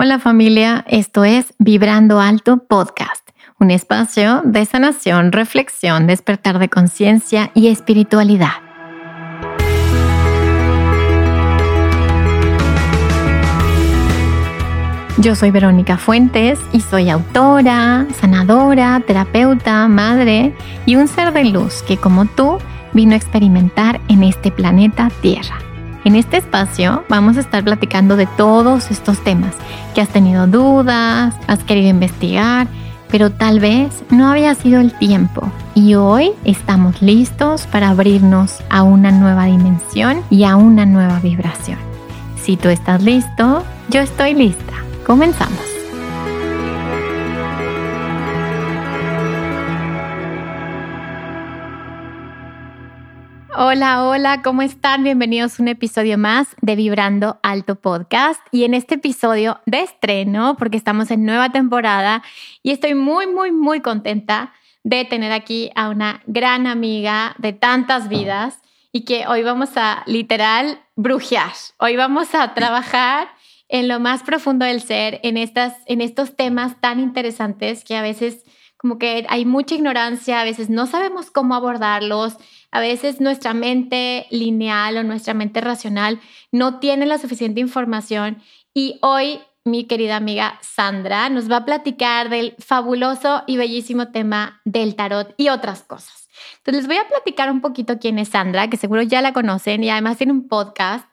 Hola familia, esto es Vibrando Alto Podcast, un espacio de sanación, reflexión, despertar de conciencia y espiritualidad. Yo soy Verónica Fuentes y soy autora, sanadora, terapeuta, madre y un ser de luz que como tú vino a experimentar en este planeta Tierra. En este espacio vamos a estar platicando de todos estos temas que has tenido dudas, has querido investigar, pero tal vez no había sido el tiempo. Y hoy estamos listos para abrirnos a una nueva dimensión y a una nueva vibración. Si tú estás listo, yo estoy lista. Comenzamos. Hola, ¿cómo están? Bienvenidos a un episodio más de Vibrando Alto Podcast. Y en este episodio de estreno, porque estamos en nueva temporada y estoy muy contenta de tener aquí a una gran amiga de tantas vidas y que hoy vamos a literal brujear. Hoy vamos a trabajar en lo más profundo del ser, en estos temas tan interesantes que a veces como que hay mucha ignorancia, a veces no sabemos cómo abordarlos, a veces nuestra mente lineal o nuestra mente racional no tiene la suficiente información. Y hoy mi querida amiga Sandra nos va a platicar del fabuloso y bellísimo tema del tarot y otras cosas. Entonces les voy a platicar un poquito quién es Sandra, que seguro ya la conocen y además tiene un podcast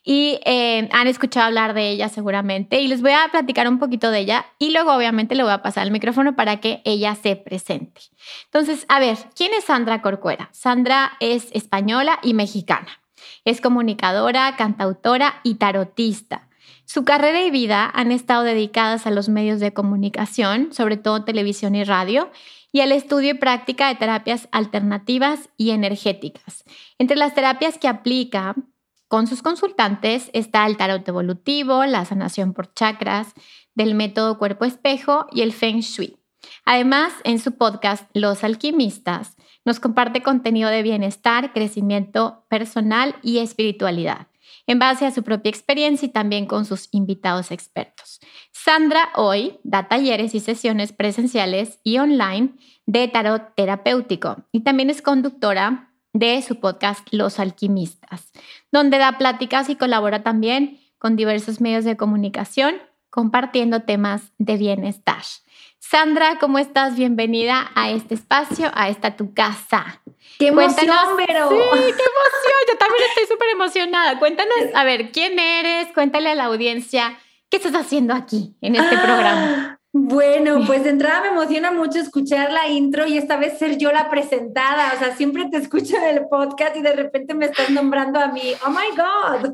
y han escuchado hablar de ella seguramente, y les voy a platicar un poquito de ella y luego obviamente le voy a pasar el micrófono para que ella se presente. Entonces, a ver, ¿quién es Sandra Corcuera? Sandra es española y mexicana. Es comunicadora, cantautora y tarotista. Su carrera y vida han estado dedicadas a los medios de comunicación, sobre todo televisión y radio, y al estudio y práctica de terapias alternativas y energéticas. Entre las terapias que aplica con sus consultantes está el tarot evolutivo, la sanación por chakras, del método cuerpo espejo y el Feng Shui. Además, en su podcast Los Alquimistas, nos comparte contenido de bienestar, crecimiento personal y espiritualidad, en base a su propia experiencia y también con sus invitados expertos. Sandra hoy da talleres y sesiones presenciales y online de tarot terapéutico y también es conductora de su podcast Los Alquimistas, donde da pláticas y colabora también con diversos medios de comunicación compartiendo temas de bienestar. Sandra, ¿cómo estás? Bienvenida a este espacio, a esta tu casa. ¡Qué emoción, Vero! Sí, qué emoción. Yo también estoy súper emocionada. Cuéntanos, a ver, ¿quién eres? Cuéntale a la audiencia, ¿qué estás haciendo aquí en este programa? Bueno, pues de entrada me emociona mucho escuchar la intro y esta vez ser yo la presentada. O sea, siempre te escucho en el podcast y de repente me estás nombrando a mí. ¡Oh, my God!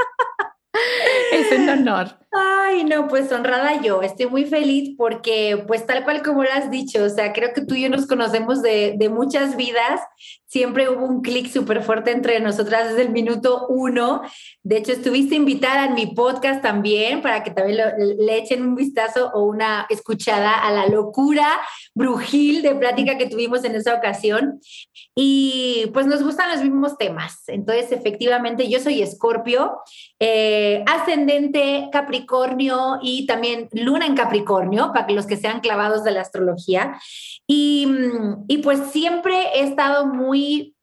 Es un honor. Ay, no, pues honrada yo. Estoy muy feliz porque, pues tal cual como lo has dicho, o sea, creo que tú y yo nos conocemos de muchas vidas. Siempre hubo un clic súper fuerte entre nosotras desde el minuto 1. De hecho, estuviste invitada en mi podcast también para que también le echen un vistazo o una escuchada a la locura brujil de plática que tuvimos en esa ocasión. Y pues nos gustan los mismos temas. Entonces, efectivamente, yo soy Escorpio, ascendente Capricornio y también luna en Capricornio, para que los que sean clavados de la astrología. Y pues siempre he estado muy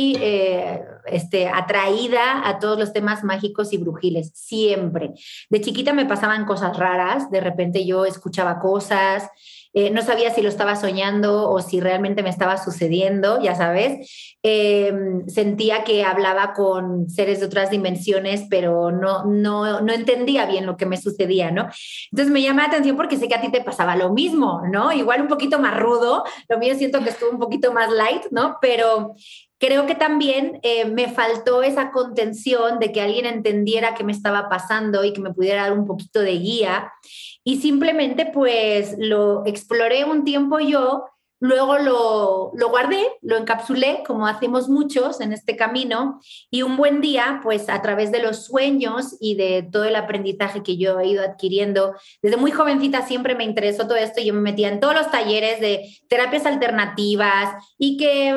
atraída a todos los temas mágicos y brujiles, siempre. De chiquita me pasaban cosas raras, de repente yo escuchaba cosas, no sabía si lo estaba soñando o si realmente me estaba sucediendo, ya sabes. Sentía que hablaba con seres de otras dimensiones, pero no entendía bien lo que me sucedía, ¿no? Entonces me llama la atención porque sé que a ti te pasaba lo mismo, ¿no? Igual un poquito más rudo, lo mío siento que estuvo un poquito más light, ¿no? Pero creo que también me faltó esa contención de que alguien entendiera qué me estaba pasando y que me pudiera dar un poquito de guía. Y simplemente pues lo exploré un tiempo yo, Luego lo guardé, lo encapsulé, como hacemos muchos en este camino, y un buen día, pues a través de los sueños y de todo el aprendizaje que yo he ido adquiriendo, desde muy jovencita siempre me interesó todo esto y yo me metía en todos los talleres de terapias alternativas y que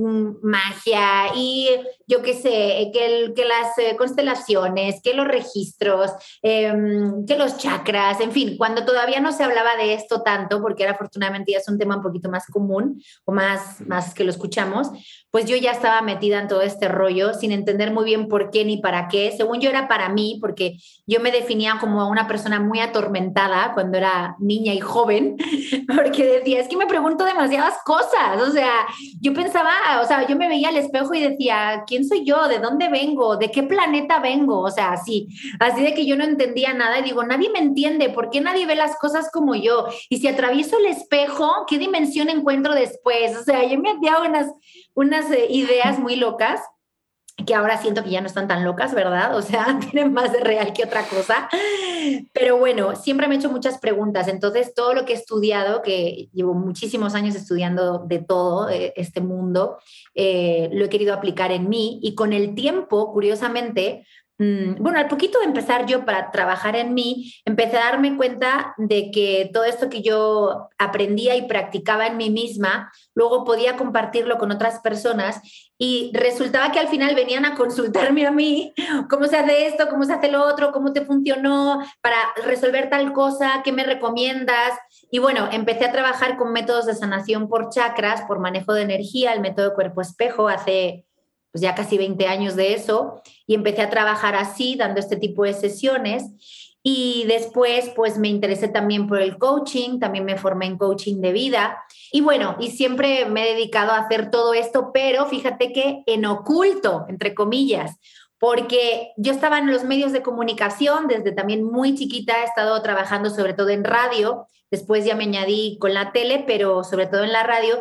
magia y yo qué sé, que las constelaciones, que los registros, que los chakras, en fin, cuando todavía no se hablaba de esto tanto, porque ahora afortunadamente ya es un tema un poquito más común o más que lo escuchamos, pues yo ya estaba metida en todo este rollo sin entender muy bien por qué ni para qué. Según yo era para mí, porque yo me definía como una persona muy atormentada cuando era niña y joven, porque decía, es que me pregunto demasiadas cosas, o sea, yo pensaba, o sea, yo me veía al espejo y decía, ¿quién soy yo? ¿De dónde vengo? ¿De qué planeta vengo? O sea, así de que yo no entendía nada y digo, nadie me entiende, ¿por qué nadie ve las cosas como yo? Y si atravieso el espejo, ¿qué dimensión encuentro después? O sea, yo me hacía unas ideas muy locas que ahora siento que ya no están tan locas, ¿verdad? O sea, tienen más de real que otra cosa. Pero bueno, siempre me he hecho muchas preguntas. Entonces, todo lo que he estudiado, que llevo muchísimos años estudiando de todo este mundo, lo he querido aplicar en mí y con el tiempo, curiosamente, bueno, al poquito de empezar yo para trabajar en mí, empecé a darme cuenta de que todo esto que yo aprendía y practicaba en mí misma, luego podía compartirlo con otras personas y resultaba que al final venían a consultarme a mí, cómo se hace esto, cómo se hace lo otro, cómo te funcionó para resolver tal cosa, qué me recomiendas. Y bueno, empecé a trabajar con métodos de sanación por chakras, por manejo de energía, el método cuerpo espejo, hace pues ya casi 20 años de eso, y empecé a trabajar así, dando este tipo de sesiones. Y después, pues me interesé también por el coaching, también me formé en coaching de vida. Y bueno, y siempre me he dedicado a hacer todo esto, pero fíjate que en oculto, entre comillas, porque yo estaba en los medios de comunicación desde también muy chiquita, he estado trabajando sobre todo en radio, después ya me añadí con la tele, pero sobre todo en la radio.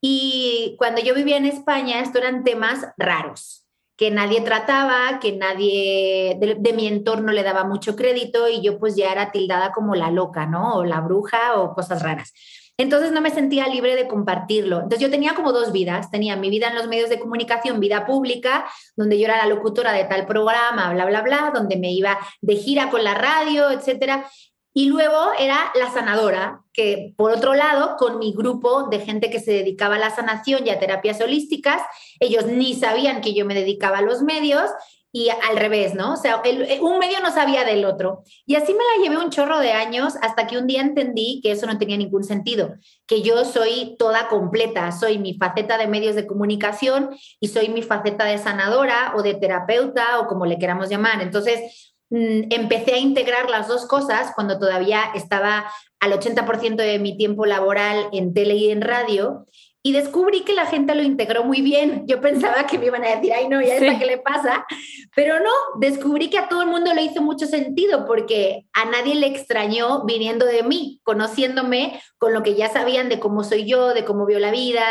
Y cuando yo vivía en España, esto eran temas raros que nadie trataba, que nadie de mi entorno le daba mucho crédito y yo pues ya era tildada como la loca, ¿no? O la bruja o cosas raras. Entonces no me sentía libre de compartirlo. Entonces yo tenía como dos vidas. Tenía mi vida en los medios de comunicación, vida pública, donde yo era la locutora de tal programa, bla, bla, bla, donde me iba de gira con la radio, etcétera. Y luego era la sanadora, que por otro lado, con mi grupo de gente que se dedicaba a la sanación y a terapias holísticas, ellos ni sabían que yo me dedicaba a los medios y al revés, ¿no? O sea, un medio no sabía del otro. Y así me la llevé un chorro de años hasta que un día entendí que eso no tenía ningún sentido, que yo soy toda completa, soy mi faceta de medios de comunicación y soy mi faceta de sanadora o de terapeuta o como le queramos llamar. Entonces, empecé a integrar las dos cosas cuando todavía estaba al 80% de mi tiempo laboral en tele y en radio y descubrí que la gente lo integró muy bien. Yo pensaba que me iban a decir, ay no, ya está, ¿qué le pasa? Pero no, descubrí que a todo el mundo le hizo mucho sentido porque a nadie le extrañó viniendo de mí, conociéndome con lo que ya sabían de cómo soy yo, de cómo veo la vida,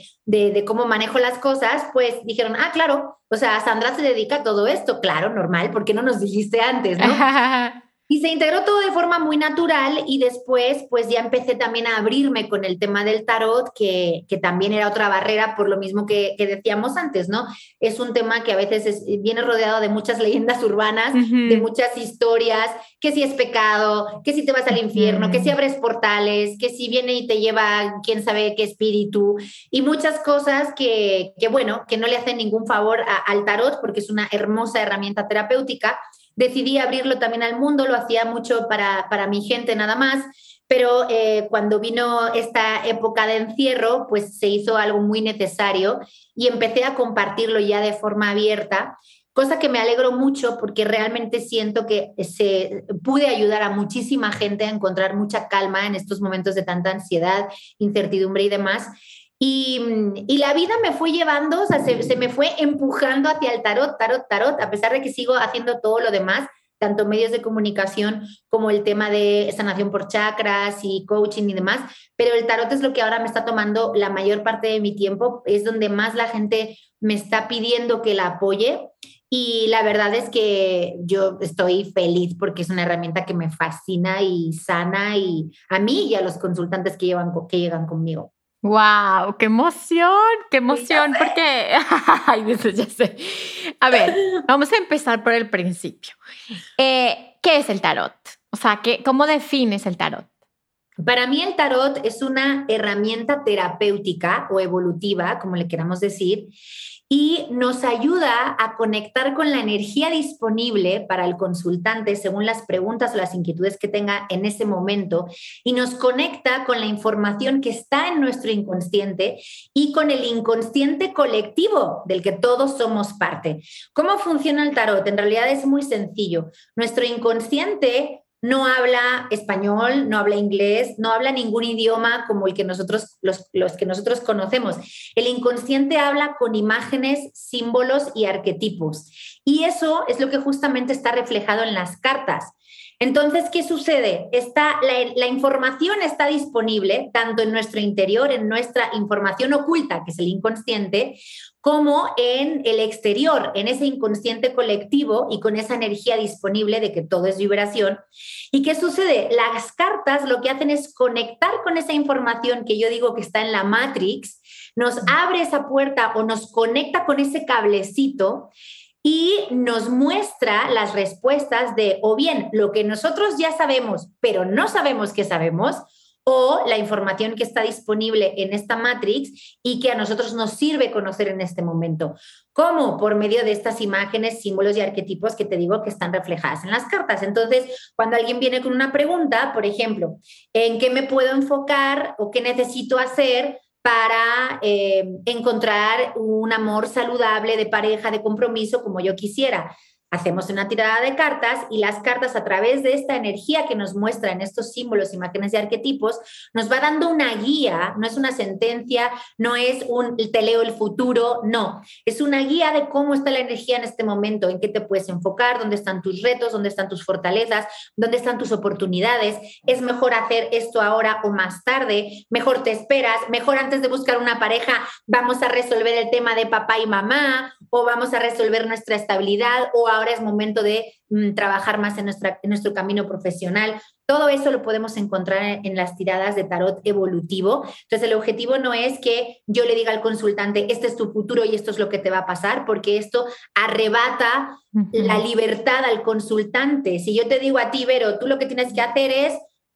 de cómo manejo las cosas, pues dijeron, ah, claro, o sea, Sandra se dedica a todo esto, claro, normal, ¿por qué no nos dijiste antes, no? Y se integró todo de forma muy natural y después pues ya empecé también a abrirme con el tema del tarot, que también era otra barrera por lo mismo que decíamos antes, ¿no? Es un tema que a veces viene rodeado de muchas leyendas urbanas, de muchas historias, que si es pecado, que si te vas al infierno, que si abres portales, que si viene y te lleva quién sabe qué espíritu y muchas cosas que bueno, que no le hacen ningún favor al tarot porque es una hermosa herramienta terapéutica. Decidí abrirlo también al mundo, lo hacía mucho para mi gente nada más, pero cuando vino esta época de encierro, pues se hizo algo muy necesario y empecé a compartirlo ya de forma abierta, cosa que me alegro mucho porque realmente siento que pude ayudar a muchísima gente a encontrar mucha calma en estos momentos de tanta ansiedad, incertidumbre y demás. Y la vida me fue llevando, o sea, se me fue empujando hacia el tarot, a pesar de que sigo haciendo todo lo demás, tanto medios de comunicación como el tema de sanación por chakras y coaching y demás, pero el tarot es lo que ahora me está tomando la mayor parte de mi tiempo, es donde más la gente me está pidiendo que la apoye y la verdad es que yo estoy feliz porque es una herramienta que me fascina y sana y a mí y a los consultantes que llegan conmigo. ¡Wow! ¡Qué emoción! Porque, ay, Dios, ya sé. A ver, vamos a empezar por el principio. ¿Qué es el tarot? O sea, ¿cómo defines el tarot? Para mí el tarot es una herramienta terapéutica o evolutiva, como le queramos decir, y nos ayuda a conectar con la energía disponible para el consultante según las preguntas o las inquietudes que tenga en ese momento y nos conecta con la información que está en nuestro inconsciente y con el inconsciente colectivo del que todos somos parte. ¿Cómo funciona el tarot? En realidad es muy sencillo. Nuestro inconsciente no habla español, no habla inglés, no habla ningún idioma como el que nosotros, los que nosotros conocemos. El inconsciente habla con imágenes, símbolos y arquetipos. Y eso es lo que justamente está reflejado en las cartas. Entonces, ¿qué sucede? La información está disponible tanto en nuestro interior, en nuestra información oculta, que es el inconsciente, como en el exterior, en ese inconsciente colectivo y con esa energía disponible de que todo es vibración. ¿Y qué sucede? Las cartas lo que hacen es conectar con esa información que yo digo que está en la Matrix, nos abre esa puerta o nos conecta con ese cablecito y nos muestra las respuestas de o bien lo que nosotros ya sabemos, pero no sabemos que sabemos, o la información que está disponible en esta Matrix y que a nosotros nos sirve conocer en este momento. ¿Cómo? Por medio de estas imágenes, símbolos y arquetipos que te digo que están reflejadas en las cartas. Entonces, cuando alguien viene con una pregunta, por ejemplo, ¿en qué me puedo enfocar o qué necesito hacer para encontrar un amor saludable de pareja, de compromiso, como yo quisiera? Hacemos una tirada de cartas y las cartas, a través de esta energía que nos muestran estos símbolos, imágenes y arquetipos, nos va dando una guía. No es una sentencia, no es un te leo el futuro, no. Es una guía de cómo está la energía en este momento, en qué te puedes enfocar, dónde están tus retos, dónde están tus fortalezas, dónde están tus oportunidades. Es mejor hacer esto ahora o más tarde, mejor te esperas, mejor antes de buscar una pareja vamos a resolver el tema de papá y mamá, o vamos a resolver nuestra estabilidad, o ahora es momento de trabajar más en nuestro camino profesional. Todo eso lo podemos encontrar en las tiradas de tarot evolutivo. Entonces, el objetivo no es que yo le diga al consultante, este es tu futuro y esto es lo que te va a pasar, porque esto arrebata la libertad al consultante. Si yo te digo a ti, Vero, tú lo que tienes que hacer es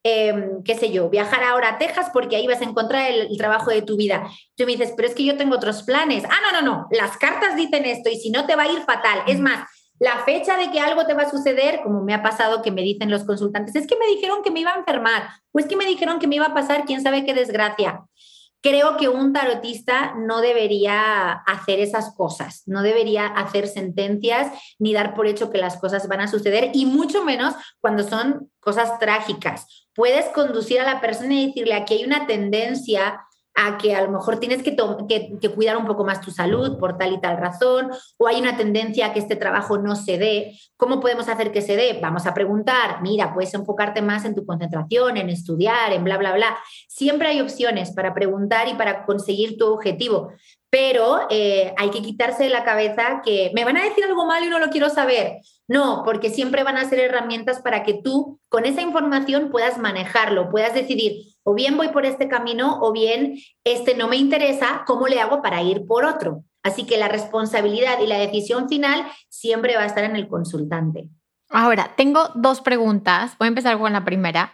qué sé yo, viajar ahora a Texas porque ahí vas a encontrar el trabajo de tu vida. Tú me dices, pero es que yo tengo otros planes. No, las cartas dicen esto y si no te va a ir fatal. Es más, la fecha de que algo te va a suceder, como me ha pasado que me dicen los consultantes, es que me dijeron que me iba a enfermar o es que me dijeron que me iba a pasar quién sabe qué desgracia. Creo que un tarotista no debería hacer esas cosas, no debería hacer sentencias ni dar por hecho que las cosas van a suceder y mucho menos cuando son cosas trágicas. Puedes conducir a la persona y decirle, aquí hay una tendencia a que a lo mejor tienes que cuidar un poco más tu salud por tal y tal razón, o hay una tendencia a que este trabajo no se dé. ¿Cómo podemos hacer que se dé? Vamos a preguntar, mira, puedes enfocarte más en tu concentración, en estudiar, en bla, bla, bla. Siempre hay opciones para preguntar y para conseguir tu objetivo, pero hay que quitarse de la cabeza que me van a decir algo mal y no lo quiero saber. No, porque siempre van a ser herramientas para que tú con esa información puedas manejarlo, puedas decidir o bien voy por este camino o bien este no me interesa, ¿cómo le hago para ir por otro? Así que la responsabilidad y la decisión final siempre va a estar en el consultante. Ahora, tengo dos preguntas. Voy a empezar con la primera.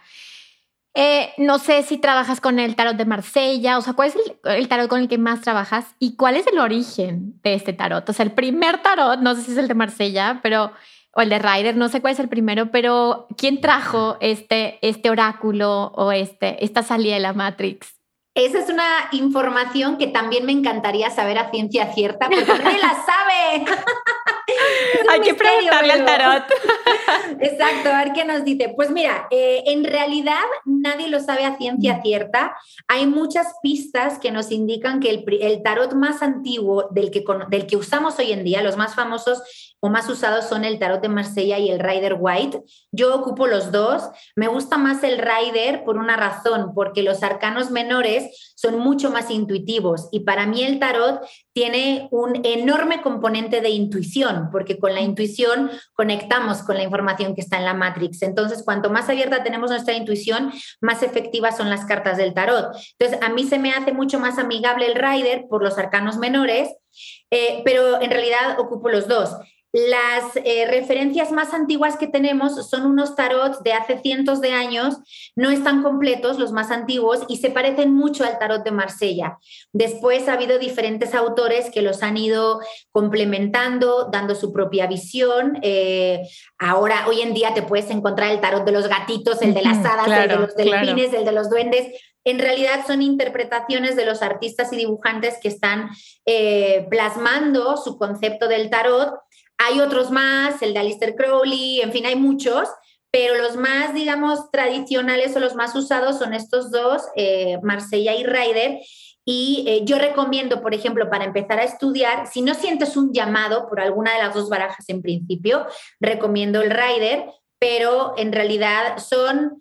No sé si trabajas con el tarot de Marsella, o sea, ¿cuál es el tarot con el que más trabajas y cuál es el origen de este tarot? O sea, el primer tarot, no sé si es el de Marsella, o el de Rider, no sé cuál es el primero, pero ¿quién trajo este oráculo o esta salida de la Matrix? Esa es una información que también me encantaría saber a ciencia cierta, porque nadie la sabe. Hay que preguntarle al tarot. Exacto, a ver qué nos dice. Pues mira, en realidad nadie lo sabe a ciencia cierta. Hay muchas pistas que nos indican que el tarot más antiguo del que usamos hoy en día, los más famosos, o más usados son el tarot de Marsella y el Rider White. Yo ocupo los dos. Me gusta más el Rider por una razón, porque los arcanos menores son mucho más intuitivos y para mí el tarot tiene un enorme componente de intuición, porque con la intuición conectamos con la información que está en la Matrix. Entonces, cuanto más abierta tenemos nuestra intuición, más efectivas son las cartas del tarot. Entonces, a mí se me hace mucho más amigable el Rider por los arcanos menores, pero en realidad ocupo los dos. Las referencias más antiguas que tenemos son unos tarots de hace cientos de años, no están completos los más antiguos y se parecen mucho al tarot de Marsella. Después ha habido diferentes autores que los han ido complementando, dando su propia visión. Ahora, hoy en día te puedes encontrar el tarot de los gatitos, el de las hadas, claro, el de los delfines, el de los duendes. En realidad son interpretaciones de los artistas y dibujantes que están plasmando su concepto del tarot. Hay otros más, el de Aleister Crowley, en fin, hay muchos, pero los más, digamos, tradicionales o los más usados son estos dos, Marsella y Rider. Y yo recomiendo, por ejemplo, para empezar a estudiar, si no sientes un llamado por alguna de las dos barajas en principio, recomiendo el Rider, pero en realidad son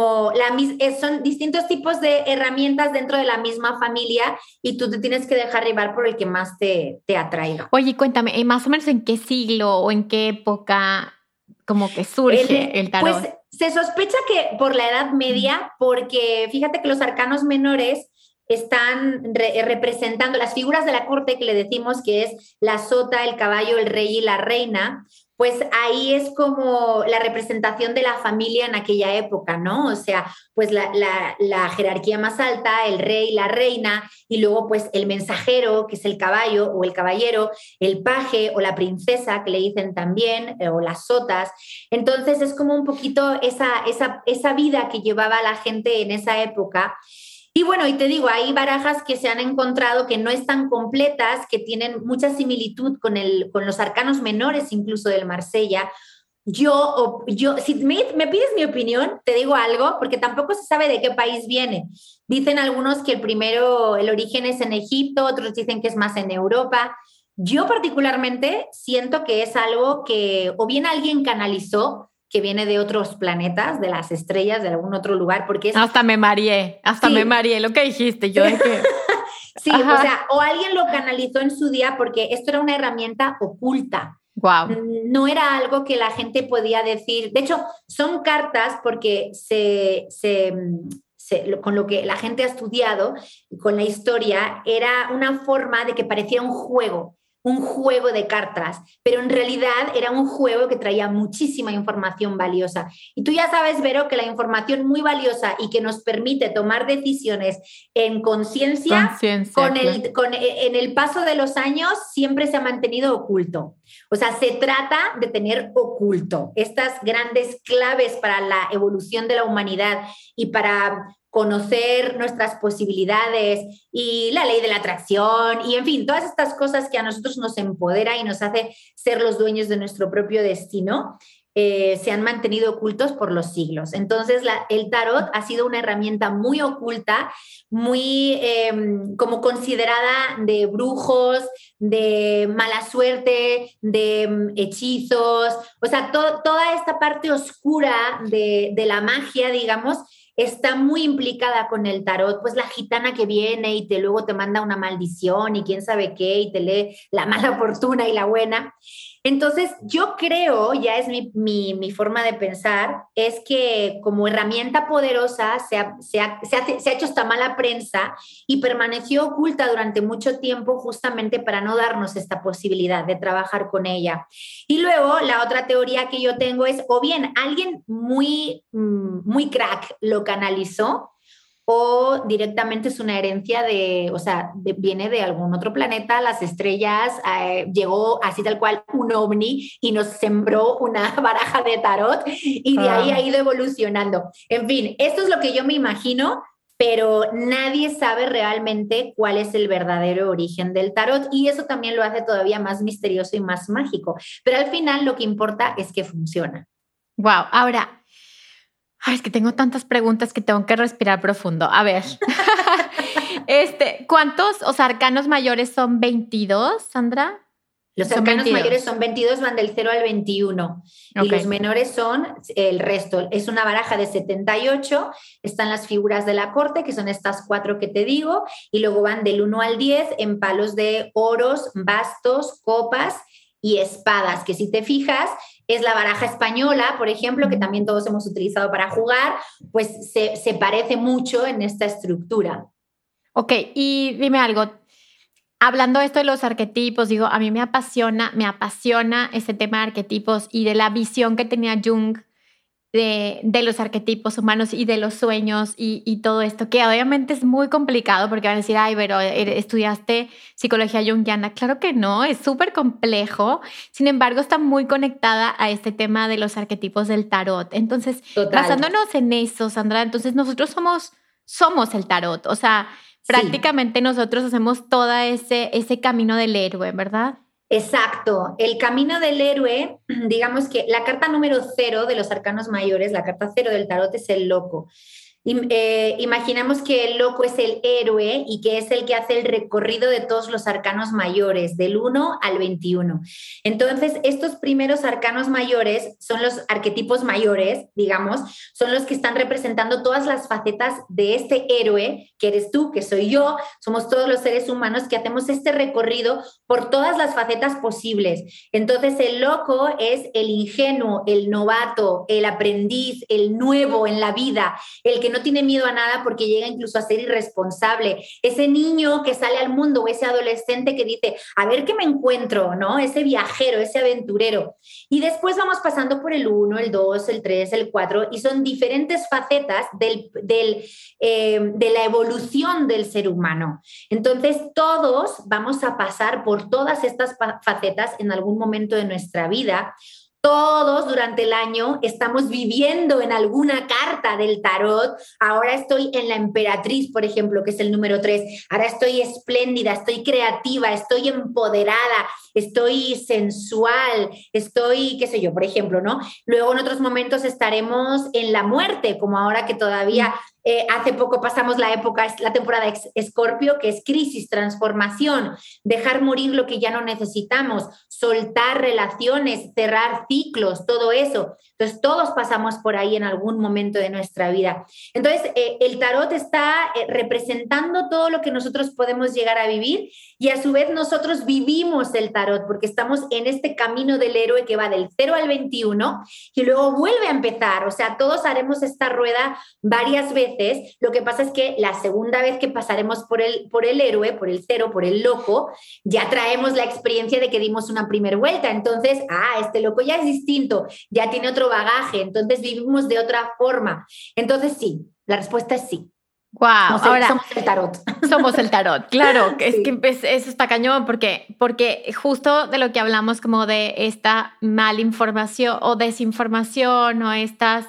son distintos tipos de herramientas dentro de la misma familia y tú te tienes que dejar llevar por el que más te atraiga. Oye, cuéntame, más o menos en qué siglo o en qué época como que surge el tarot. Pues se sospecha que por la Edad Media, porque fíjate que los arcanos menores están representando las figuras de la corte que le decimos que es la sota, el caballo, el rey y la reina. Pues ahí es como la representación de la familia en aquella época, ¿no? O sea, pues la jerarquía más alta, el rey, la reina, y luego pues el mensajero, que es el caballo o el caballero, el paje o la princesa, que le dicen también, o las sotas. Entonces es como un poquito esa vida que llevaba la gente en esa época. Y bueno, y te digo, hay barajas que se han encontrado que no están completas, que tienen mucha similitud con los arcanos menores incluso del Marsella. Yo si me pides mi opinión, te digo algo, porque tampoco se sabe de qué país viene. Dicen algunos que el origen es en Egipto, otros dicen que es más en Europa. Yo particularmente siento que es algo que o bien alguien canalizó, que viene de otros planetas, de las estrellas, de algún otro lugar, porque Hasta me mareé lo que dijiste, yo de que... Sí, ajá. O sea, o alguien lo canalizó en su día porque esto era una herramienta oculta. Wow. No era algo que la gente podía decir. De hecho, son cartas porque con lo que la gente ha estudiado, con la historia, era una forma de que pareciera un juego de cartas, pero en realidad era un juego que traía muchísima información valiosa. Y tú ya sabes, Vero, que la información muy valiosa y que nos permite tomar decisiones en conciencia, en el paso de los años siempre se ha mantenido oculto. O sea, se trata de tener oculto estas grandes claves para la evolución de la humanidad y para conocer nuestras posibilidades y la ley de la atracción y, en fin, todas estas cosas que a nosotros nos empodera y nos hace ser los dueños de nuestro propio destino, se han mantenido ocultos por los siglos. Entonces, el tarot ha sido una herramienta muy oculta, muy como considerada de brujos, de mala suerte, de hechizos, o sea, toda esta parte oscura de la magia, digamos, está muy implicada con el tarot, pues la gitana que viene y luego te manda una maldición y quién sabe qué y te lee la mala fortuna y la buena. Entonces, yo creo, ya es mi forma de pensar, es que como herramienta poderosa se ha hecho esta mala prensa y permaneció oculta durante mucho tiempo justamente para no darnos esta posibilidad de trabajar con ella. Y luego, la otra teoría que yo tengo es, o bien alguien muy crack lo canalizó, o directamente es una herencia viene de algún otro planeta, las estrellas, llegó así tal cual un ovni y nos sembró una baraja de tarot y de ahí ha ido evolucionando. En fin, esto es lo que yo me imagino, pero nadie sabe realmente cuál es el verdadero origen del tarot y eso también lo hace todavía más misterioso y más mágico. Pero al final lo que importa es que funciona. Wow, ahora... Ay, es que tengo tantas preguntas que tengo que respirar profundo. A ver, ¿cuántos arcanos mayores son 22, Sandra? Los Son arcanos 22. mayores son 22, van del 0 al 21. Y Ok. los menores son el resto. Es una baraja de 78. Están las figuras de la corte, que son estas 4 que te digo. Y luego van del 1 al 10 en palos de oros, bastos, copas y espadas, que si te fijas es la baraja española, por ejemplo, que también todos hemos utilizado para jugar, pues se parece mucho en esta estructura. Ok, y dime algo. Hablando de esto de los arquetipos, digo, a mí me apasiona ese tema de arquetipos y de la visión que tenía Jung de los arquetipos humanos y de los sueños y todo esto, que obviamente es muy complicado porque van a decir, ay, pero estudiaste psicología junguiana. Claro que no, es súper complejo. Sin embargo, está muy conectada a este tema de los arquetipos del tarot. Entonces, Total. basándonos en eso, Sandra, entonces nosotros somos el tarot. O sea, prácticamente nosotros hacemos todo ese camino del héroe, ¿verdad? Exacto. El camino del héroe, digamos que la carta número 0 de los arcanos mayores, la carta 0 del tarot es el loco. Imaginamos que el loco es el héroe y que es el que hace el recorrido de todos los arcanos mayores, del 1 al 21. Entonces, estos primeros arcanos mayores son los arquetipos mayores, digamos, son los que están representando todas las facetas de este héroe, que eres tú, que soy yo, somos todos los seres humanos que hacemos este recorrido por todas las facetas posibles. Entonces, el loco es el ingenuo, el novato, el aprendiz, el nuevo en la vida, el que no tiene miedo a nada porque llega incluso a ser irresponsable, ese niño que sale al mundo o ese adolescente que dice, a ver qué me encuentro, ¿no? Ese viajero, ese aventurero. Y después vamos pasando por el 1, el 2, el 3, el 4 y son diferentes facetas de la evolución del ser humano. Entonces todos vamos a pasar por todas estas facetas en algún momento de nuestra vida. Todos durante el año estamos viviendo en alguna carta del tarot. Ahora estoy en la emperatriz, por ejemplo, que es el número 3. Ahora estoy espléndida, estoy creativa, estoy empoderada, estoy sensual, estoy, qué sé yo, por ejemplo, ¿no? Luego en otros momentos estaremos en la muerte, como ahora que todavía hace poco pasamos la temporada Escorpio, que es crisis, transformación, dejar morir lo que ya no necesitamos, soltar relaciones, cerrar ciclos, todo eso. Entonces, todos pasamos por ahí en algún momento de nuestra vida. Entonces, el tarot está representando todo lo que nosotros podemos llegar a vivir y a su vez nosotros vivimos el tarot porque estamos en este camino del héroe que va del 0 al 21 y luego vuelve a empezar. O sea, todos haremos esta rueda varias veces. Lo que pasa es que la segunda vez que pasaremos por el héroe, por el 0, por el loco, ya traemos la experiencia de que dimos una primera vuelta. Entonces, este loco ya es distinto, ya tiene otro bagaje, entonces vivimos de otra forma. Entonces, sí, la respuesta es sí. Wow, ahora somos el tarot. Somos el tarot, claro, es Sí. que eso está cañón porque justo de lo que hablamos como de esta malinformación o desinformación o estas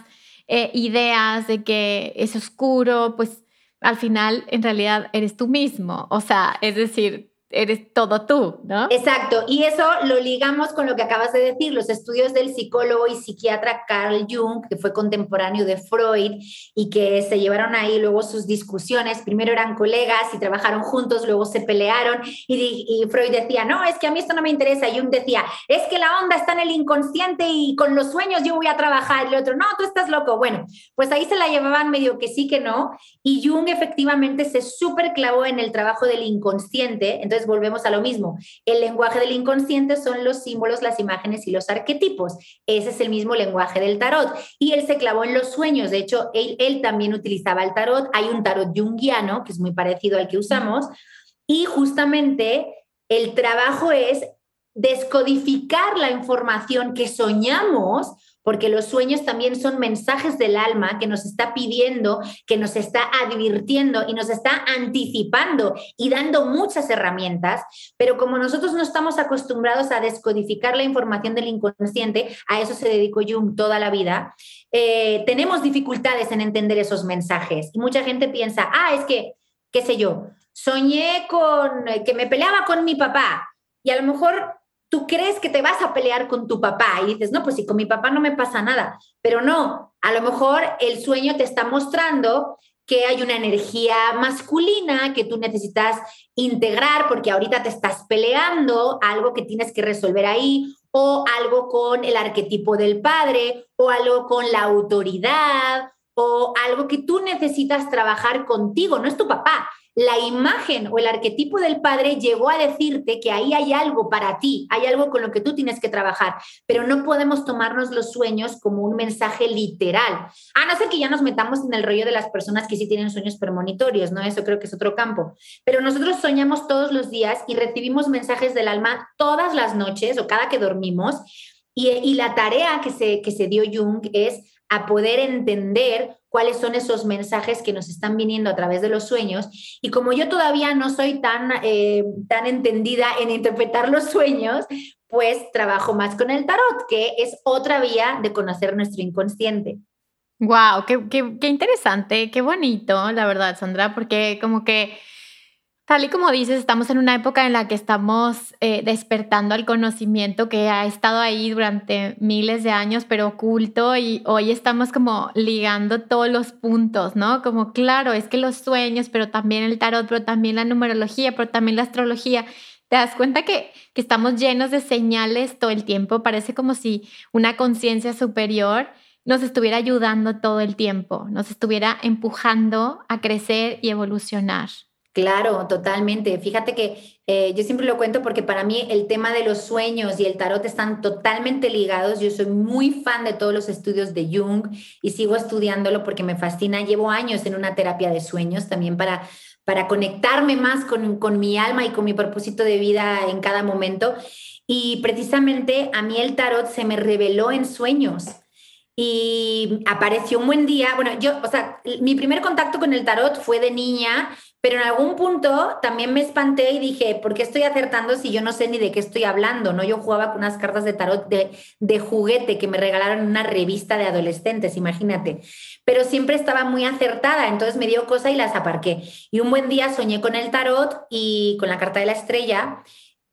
ideas de que es oscuro, pues al final en realidad eres tú mismo, o sea, es decir, eres todo tú, ¿no? Exacto, y eso lo ligamos con lo que acabas de decir, los estudios del psicólogo y psiquiatra Carl Jung, que fue contemporáneo de Freud y que se llevaron ahí luego sus discusiones, primero eran colegas y trabajaron juntos, luego se pelearon y Freud decía, no, es que a mí esto no me interesa, y Jung decía, es que la onda está en el inconsciente y con los sueños yo voy a trabajar, y el otro, no, tú estás loco. Bueno, pues ahí se la llevaban medio que sí, que no, y Jung efectivamente se súper clavó en el trabajo del inconsciente. Entonces volvemos a lo mismo. El lenguaje del inconsciente son los símbolos, las imágenes y los arquetipos. Ese es el mismo lenguaje del tarot. Y él se clavó en los sueños. De hecho, él también utilizaba el tarot. Hay un tarot junguiano, que es muy parecido al que usamos. Y justamente el trabajo es descodificar la información que soñamos, porque los sueños también son mensajes del alma que nos está pidiendo, que nos está advirtiendo y nos está anticipando y dando muchas herramientas, pero como nosotros no estamos acostumbrados a descodificar la información del inconsciente, a eso se dedicó Jung toda la vida, tenemos dificultades en entender esos mensajes. Y mucha gente piensa, es que, qué sé yo, soñé que me peleaba con mi papá y a lo mejor tú crees que te vas a pelear con tu papá y dices, no, pues si con mi papá no me pasa nada, pero no, a lo mejor el sueño te está mostrando que hay una energía masculina que tú necesitas integrar porque ahorita te estás peleando, algo que tienes que resolver ahí, o algo con el arquetipo del padre, o algo con la autoridad, o algo que tú necesitas trabajar contigo, no es tu papá. La imagen o el arquetipo del padre llegó a decirte que ahí hay algo para ti, hay algo con lo que tú tienes que trabajar, pero no podemos tomarnos los sueños como un mensaje literal. A no ser que ya nos metamos en el rollo de las personas que sí tienen sueños premonitorios, ¿no? Eso creo que es otro campo. Pero nosotros soñamos todos los días y recibimos mensajes del alma todas las noches o cada que dormimos. Y la tarea que se dio Jung es a poder entender cuáles son esos mensajes que nos están viniendo a través de los sueños. Y como yo todavía no soy tan entendida en interpretar los sueños, pues trabajo más con el tarot, que es otra vía de conocer nuestro inconsciente. Wow, qué interesante, qué bonito, la verdad, Sandra, porque como que tal y como dices, estamos en una época en la que estamos despertando al conocimiento que ha estado ahí durante miles de años, pero oculto, y hoy estamos como ligando todos los puntos, ¿no? Como claro, es que los sueños, pero también el tarot, pero también la numerología, pero también la astrología. ¿Te das cuenta que estamos llenos de señales todo el tiempo? Parece como si una conciencia superior nos estuviera ayudando todo el tiempo, nos estuviera empujando a crecer y evolucionar. Claro, totalmente. Fíjate que yo siempre lo cuento porque para mí el tema de los sueños y el tarot están totalmente ligados. Yo soy muy fan de todos los estudios de Jung y sigo estudiándolo porque me fascina. Llevo años en una terapia de sueños también para conectarme más con mi alma y con mi propósito de vida en cada momento. Y precisamente a mí el tarot se me reveló en sueños. Y apareció un buen día, bueno, mi primer contacto con el tarot fue de niña, pero en algún punto también me espanté y dije, ¿por qué estoy acertando si yo no sé ni de qué estoy hablando? ¿No? Yo jugaba con unas cartas de tarot de juguete que me regalaron en una revista de adolescentes, imagínate. Pero siempre estaba muy acertada, entonces me dio cosa y las aparqué. Y un buen día soñé con el tarot y con la carta de la estrella,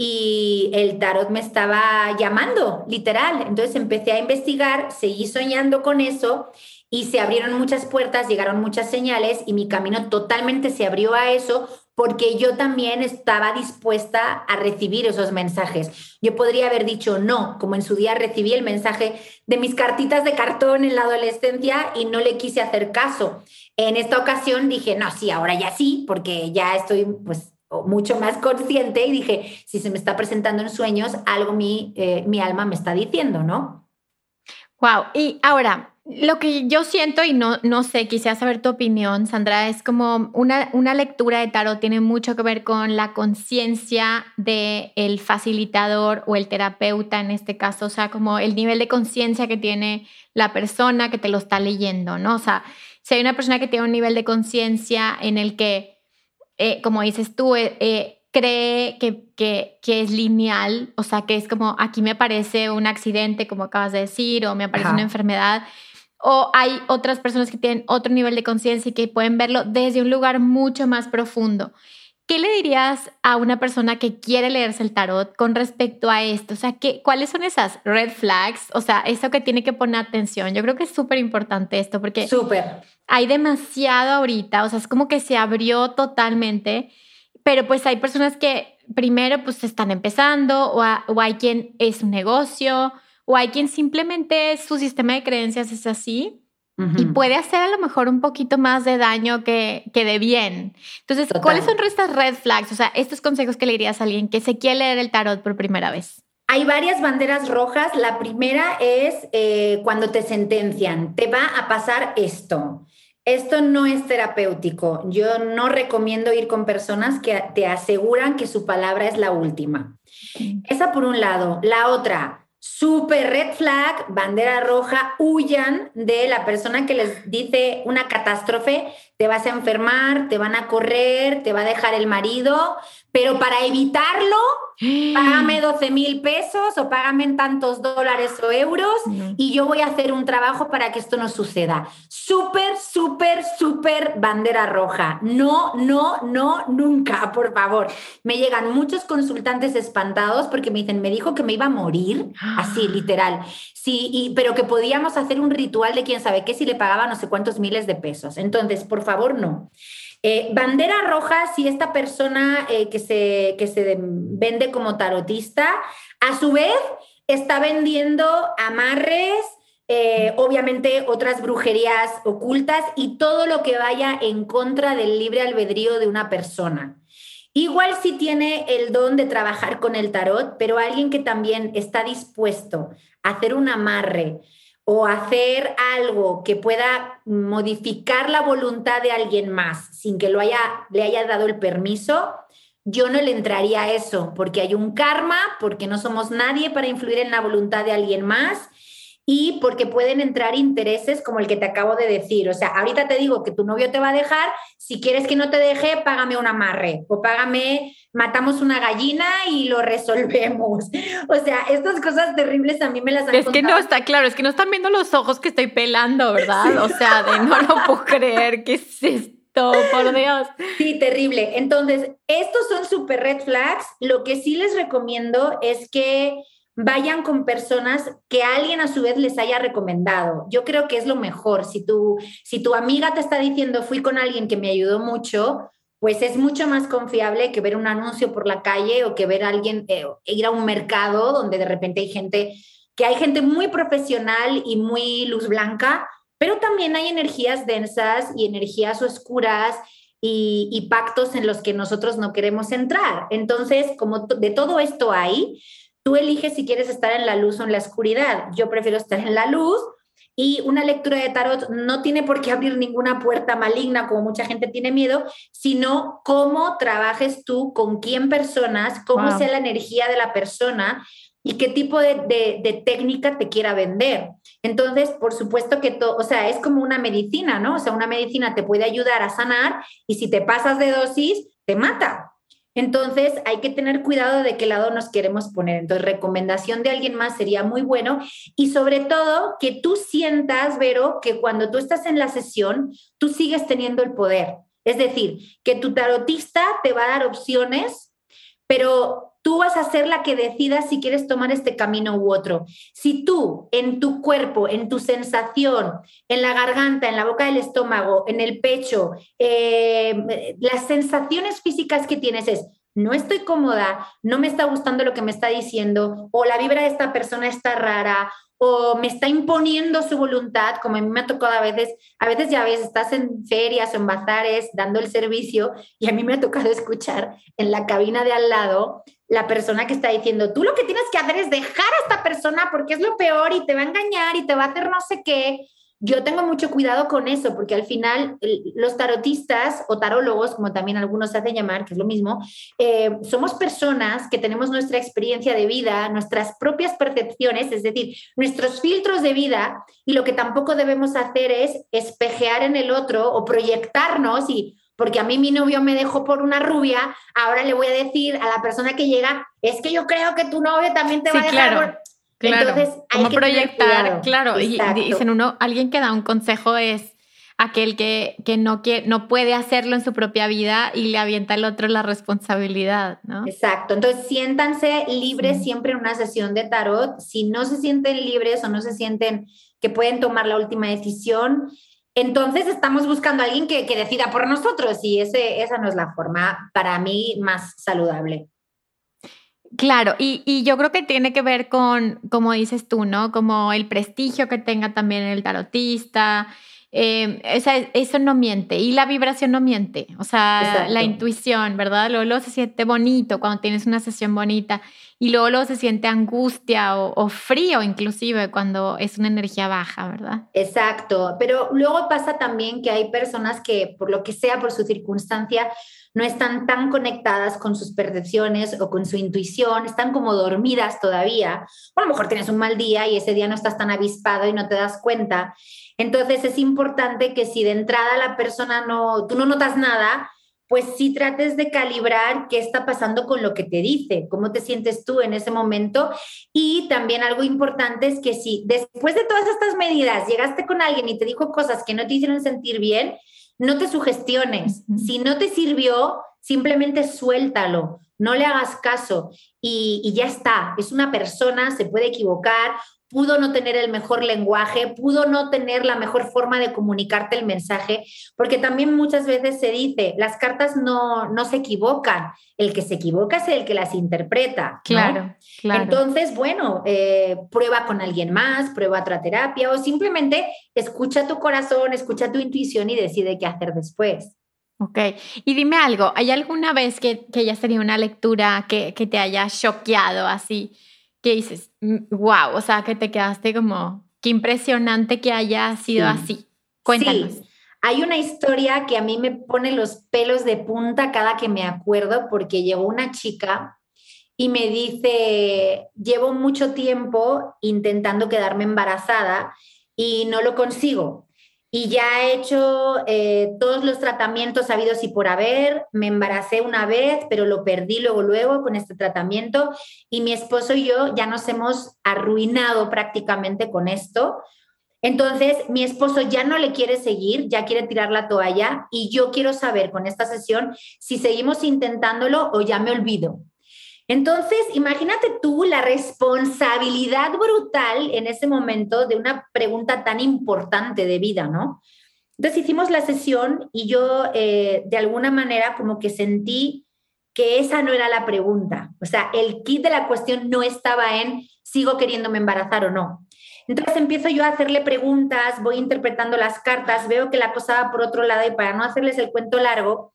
y el tarot me estaba llamando, literal. Entonces empecé a investigar, seguí soñando con eso y se abrieron muchas puertas, llegaron muchas señales y mi camino totalmente se abrió a eso porque yo también estaba dispuesta a recibir esos mensajes. Yo podría haber dicho no, como en su día recibí el mensaje de mis cartitas de cartón en la adolescencia y no le quise hacer caso. En esta ocasión dije, no, sí, ahora ya sí, porque ya estoy pues mucho más consciente y dije, si se me está presentando en sueños, algo mi alma me está diciendo, ¿no? Wow. Y ahora, lo que yo siento y no sé, quisiera saber tu opinión, Sandra, es como una lectura de tarot tiene mucho que ver con la conciencia del facilitador o el terapeuta en este caso, o sea, como el nivel de conciencia que tiene la persona que te lo está leyendo, ¿no? O sea, si hay una persona que tiene un nivel de conciencia en el que como dices tú, cree que es lineal, o sea, que es como aquí me aparece un accidente, como acabas de decir, o me aparece una enfermedad, o hay otras personas que tienen otro nivel de conciencia y que pueden verlo desde un lugar mucho más profundo. ¿Qué le dirías a una persona que quiere leerse el tarot con respecto a esto? O sea, ¿cuáles son esas red flags? O sea, eso que tiene que poner atención. Yo creo que es súper importante esto porque hay demasiado ahorita. O sea, es como que se abrió totalmente, pero pues hay personas que primero pues están empezando o hay quien es un negocio o hay quien simplemente su sistema de creencias es así. Y puede hacer a lo mejor un poquito más de daño que de bien. Entonces, ¿cuáles son estas red flags? O sea, estos consejos que le dirías a alguien que se quiere leer el tarot por primera vez. Hay varias banderas rojas. La primera es cuando te sentencian. Te va a pasar esto. Esto no es terapéutico. Yo no recomiendo ir con personas que te aseguran que su palabra es la última. Esa por un lado. La otra, súper red flag, bandera roja, huyan de la persona que les dice una catástrofe, te vas a enfermar, te van a correr, te va a dejar el marido, pero para evitarlo, págame 12,000 pesos o págame en tantos dólares o euros y yo voy a hacer un trabajo para que esto no suceda. Súper, súper, súper bandera roja. No, no, no, nunca, por favor. Me llegan muchos consultantes espantados porque me dicen, me dijo que me iba a morir, así, literal. Sí, pero que podíamos hacer un ritual de quién sabe qué si le pagaba no sé cuántos miles de pesos. Entonces, por favor, no. Bandera roja, si esta persona que se vende como tarotista, a su vez está vendiendo amarres, obviamente otras brujerías ocultas y todo lo que vaya en contra del libre albedrío de una persona. Igual si tiene el don de trabajar con el tarot, pero alguien que también está dispuesto a hacer un amarre o hacer algo que pueda modificar la voluntad de alguien más sin que le haya dado el permiso, yo no le entraría a eso, porque hay un karma, porque no somos nadie para influir en la voluntad de alguien más y porque pueden entrar intereses como el que te acabo de decir. O sea, ahorita te digo que tu novio te va a dejar, si quieres que no te deje, págame un amarre o matamos una gallina y lo resolvemos. O sea, estas cosas terribles a mí me las han contado. Es que no está claro, es que no están viendo los ojos que estoy pelando, ¿verdad? O sea, no lo puedo creer, ¿qué es esto? Por Dios. Sí, terrible. Entonces, estos son super red flags. Lo que sí les recomiendo es que vayan con personas que alguien a su vez les haya recomendado. Yo creo que es lo mejor. Si tu amiga te está diciendo, fui con alguien que me ayudó mucho, pues es mucho más confiable que ver un anuncio por la calle o que ver a alguien, ir a un mercado donde de repente hay gente muy profesional y muy luz blanca, pero también hay energías densas y energías oscuras y pactos en los que nosotros no queremos entrar. Entonces, como de todo esto hay, tú eliges si quieres estar en la luz o en la oscuridad. Yo prefiero estar en la luz y una lectura de tarot no tiene por qué abrir ninguna puerta maligna como mucha gente tiene miedo, sino cómo trabajes tú, con quién personas, cómo sea la energía de la persona y qué tipo de técnica te quiera vender. Entonces, por supuesto que o sea, es como una medicina, ¿no? O sea, una medicina te puede ayudar a sanar y si te pasas de dosis, te mata. Entonces, hay que tener cuidado de qué lado nos queremos poner. Entonces, recomendación de alguien más sería muy bueno. Y sobre todo, que tú sientas, Vero, que cuando tú estás en la sesión, tú sigues teniendo el poder. Es decir, que tu tarotista te va a dar opciones, pero tú vas a ser la que decida si quieres tomar este camino u otro. Si tú, en tu cuerpo, en tu sensación, en la garganta, en la boca del estómago, en el pecho, las sensaciones físicas que tienes es, no estoy cómoda, no me está gustando lo que me está diciendo, o la vibra de esta persona está rara, o me está imponiendo su voluntad, como a mí me ha tocado a veces ya ves, estás en ferias o en bazares dando el servicio y a mí me ha tocado escuchar en la cabina de al lado la persona que está diciendo, tú lo que tienes que hacer es dejar a esta persona porque es lo peor y te va a engañar y te va a hacer no sé qué. Yo tengo mucho cuidado con eso porque al final los tarotistas o tarólogos, como también algunos se hacen llamar, que es lo mismo, somos personas que tenemos nuestra experiencia de vida, nuestras propias percepciones, es decir, nuestros filtros de vida y lo que tampoco debemos hacer es espejear en el otro o proyectarnos y porque a mí mi novio me dejó por una rubia, ahora le voy a decir a la persona que llega, es que yo creo que tu novio también te va a dejar claro. por... Claro, entonces hay como que proyectar, claro, Exacto. y dicen alguien que da un consejo es aquel que no puede hacerlo en su propia vida y le avienta al otro la responsabilidad, ¿no? Exacto, entonces siéntanse libres siempre en una sesión de tarot. Si no se sienten libres o no se sienten que pueden tomar la última decisión, entonces estamos buscando a alguien que decida por nosotros y esa no es la forma para mí más saludable. Claro, y yo creo que tiene que ver con, como dices tú, ¿no? Como el prestigio que tenga también el tarotista. Eso no miente y la vibración no miente. O sea, Exacto. La intuición, ¿verdad? Luego se siente bonito cuando tienes una sesión bonita y luego se siente angustia o frío inclusive cuando es una energía baja, ¿verdad? Exacto, pero luego pasa también que hay personas que por lo que sea, por su circunstancia, no están tan conectadas con sus percepciones o con su intuición, están como dormidas todavía, o a lo mejor tienes un mal día y ese día no estás tan avispado y no te das cuenta. Entonces es importante que si de entrada la persona tú no notas nada, pues sí trates de calibrar qué está pasando con lo que te dice, cómo te sientes tú en ese momento. Y también algo importante es que si después de todas estas medidas llegaste con alguien y te dijo cosas que no te hicieron sentir bien, no te sugestiones. Si no te sirvió, simplemente suéltalo, no le hagas caso y ya está. Es una persona, se puede equivocar, pudo no tener el mejor lenguaje, pudo no tener la mejor forma de comunicarte el mensaje, porque también muchas veces se dice, las cartas no se equivocan, el que se equivoca es el que las interpreta, ¿no? Claro, claro. Entonces, bueno, prueba con alguien más, prueba otra terapia o simplemente escucha tu corazón, escucha tu intuición y decide qué hacer después. Ok, y dime algo, ¿hay alguna vez que ya sería una lectura que te haya choqueado así? Que dices, wow, o sea, que te quedaste como, qué impresionante que haya sido así. Cuéntanos. Sí, hay una historia que a mí me pone los pelos de punta cada que me acuerdo porque llegó una chica y me dice, llevo mucho tiempo intentando quedarme embarazada y no lo consigo. Y ya he hecho todos los tratamientos habidos y por haber. Me embaracé una vez, pero lo perdí luego con este tratamiento. Y mi esposo y yo ya nos hemos arruinado prácticamente con esto. Entonces, mi esposo ya no le quiere seguir, ya quiere tirar la toalla y yo quiero saber con esta sesión si seguimos intentándolo o ya me olvido. Entonces, imagínate tú la responsabilidad brutal en ese momento de una pregunta tan importante de vida, ¿no? Entonces hicimos la sesión y yo de alguna manera como que sentí que esa no era la pregunta. O sea, el kit de la cuestión no estaba en sigo queriéndome embarazar o no. Entonces empiezo yo a hacerle preguntas, voy interpretando las cartas, veo que la cosa va por otro lado y para no hacerles el cuento largo,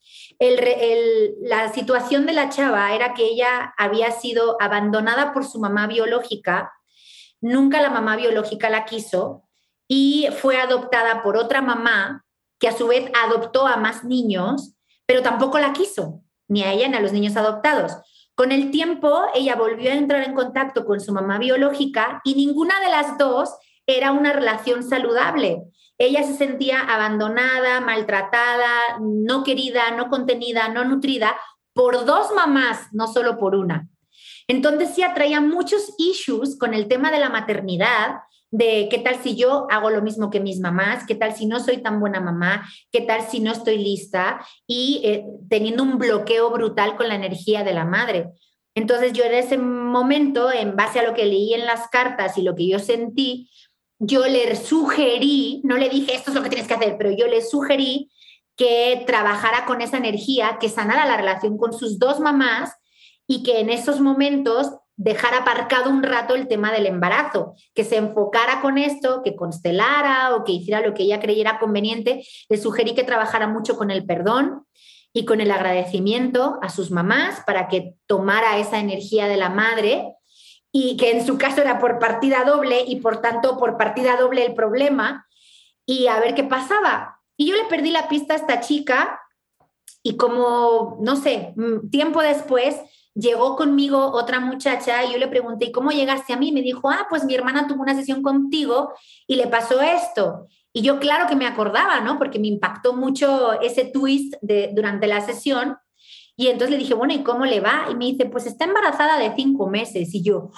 la situación de la chava era que ella había sido abandonada por su mamá biológica, nunca la mamá biológica la quiso y fue adoptada por otra mamá que a su vez adoptó a más niños, pero tampoco la quiso, ni a ella ni a los niños adoptados. Con el tiempo, ella volvió a entrar en contacto con su mamá biológica y ninguna de las dos era una relación saludable. Ella se sentía abandonada, maltratada, no querida, no contenida, no nutrida por dos mamás, no solo por una. Entonces sí atraía muchos issues con el tema de la maternidad, de qué tal si yo hago lo mismo que mis mamás, qué tal si no soy tan buena mamá, qué tal si no estoy lista y teniendo un bloqueo brutal con la energía de la madre. Entonces yo en ese momento, en base a lo que leí en las cartas y lo que yo sentí, yo le sugerí, no le dije esto es lo que tienes que hacer, pero yo le sugerí que trabajara con esa energía, que sanara la relación con sus dos mamás y que en esos momentos dejar aparcado un rato el tema del embarazo, que se enfocara con esto, que constelara o que hiciera lo que ella creyera conveniente. Le sugerí que trabajara mucho con el perdón y con el agradecimiento a sus mamás para que tomara esa energía de la madre y que en su caso era por partida doble y por tanto por partida doble el problema y a ver qué pasaba. Y yo le perdí la pista a esta chica y como, no sé, tiempo después llegó conmigo otra muchacha y yo le pregunté, ¿y cómo llegaste a mí? Me dijo, pues mi hermana tuvo una sesión contigo y le pasó esto. Y yo claro que me acordaba, ¿no? Porque me impactó mucho ese twist durante la sesión. Y entonces le dije, bueno, ¿y cómo le va? Y me dice, pues está embarazada de 5 meses. Y yo,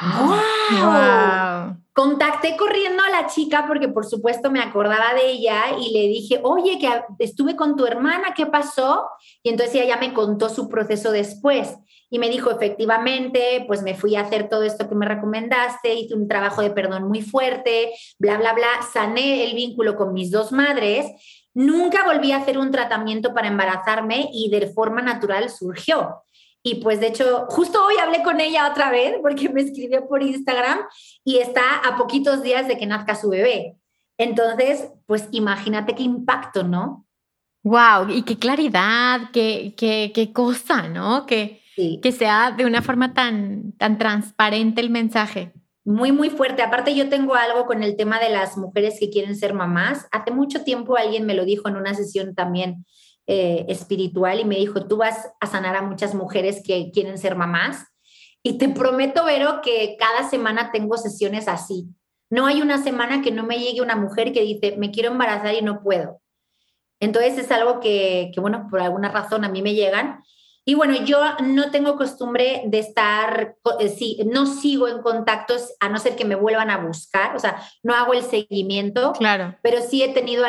¡wow! Wow. Contacté corriendo a la chica porque por supuesto me acordaba de ella y le dije, oye, que estuve con tu hermana, ¿qué pasó? Y entonces ella ya me contó su proceso después y me dijo, efectivamente, pues me fui a hacer todo esto que me recomendaste, hice un trabajo de perdón muy fuerte, bla, bla, bla, sané el vínculo con mis dos madres, nunca volví a hacer un tratamiento para embarazarme y de forma natural surgió. Y pues de hecho, justo hoy hablé con ella otra vez porque me escribió por Instagram y está a poquitos días de que nazca su bebé. Entonces, pues imagínate qué impacto, ¿no? Wow, y qué claridad, qué cosa, ¿no? Que sea de una forma tan transparente el mensaje. Muy, muy fuerte. Aparte, yo tengo algo con el tema de las mujeres que quieren ser mamás. Hace mucho tiempo alguien me lo dijo en una sesión también espiritual y me dijo, tú vas a sanar a muchas mujeres que quieren ser mamás y te prometo, Vero, que cada semana tengo sesiones así. No hay una semana que no me llegue una mujer que dice, me quiero embarazar y no puedo. Entonces es algo que, bueno, por alguna razón a mí me llegan. Y bueno, yo no tengo costumbre de estar, sí, no sigo en contactos a no ser que me vuelvan a buscar, o sea, no hago el seguimiento, Claro. pero sí he tenido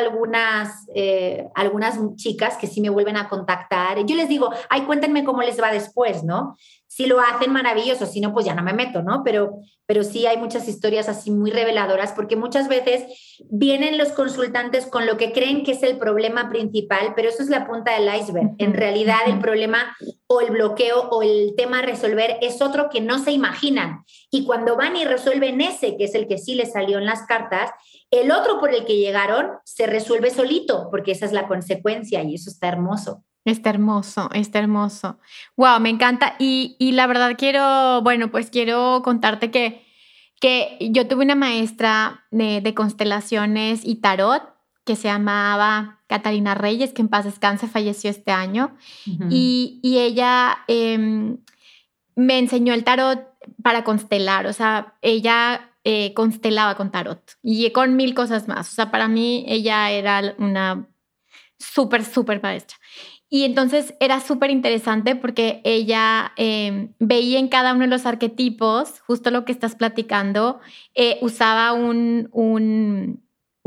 algunas chicas que sí me vuelven a contactar. Yo les digo, ay, cuéntenme cómo les va después, ¿no? Si lo hacen, maravilloso, si no, pues ya no me meto, ¿no? Pero sí hay muchas historias así muy reveladoras, porque muchas veces vienen los consultantes con lo que creen que es el problema principal, pero eso es la punta del iceberg. En realidad el problema o el bloqueo o el tema a resolver es otro que no se imaginan. Y cuando van y resuelven ese, que es el que sí les salió en las cartas, el otro por el que llegaron se resuelve solito, porque esa es la consecuencia y eso está hermoso. Está hermoso, está hermoso. Wow, me encanta. Y la verdad quiero contarte que yo tuve una maestra de constelaciones y tarot que se llamaba Catalina Reyes, que en paz descanse, falleció este año. Y ella me enseñó el tarot para constelar, o sea, ella constelaba con tarot y con mil cosas más. O sea, para mí ella era una súper, súper maestra. Y entonces era súper interesante porque ella veía en cada uno de los arquetipos, justo lo que estás platicando, usaba un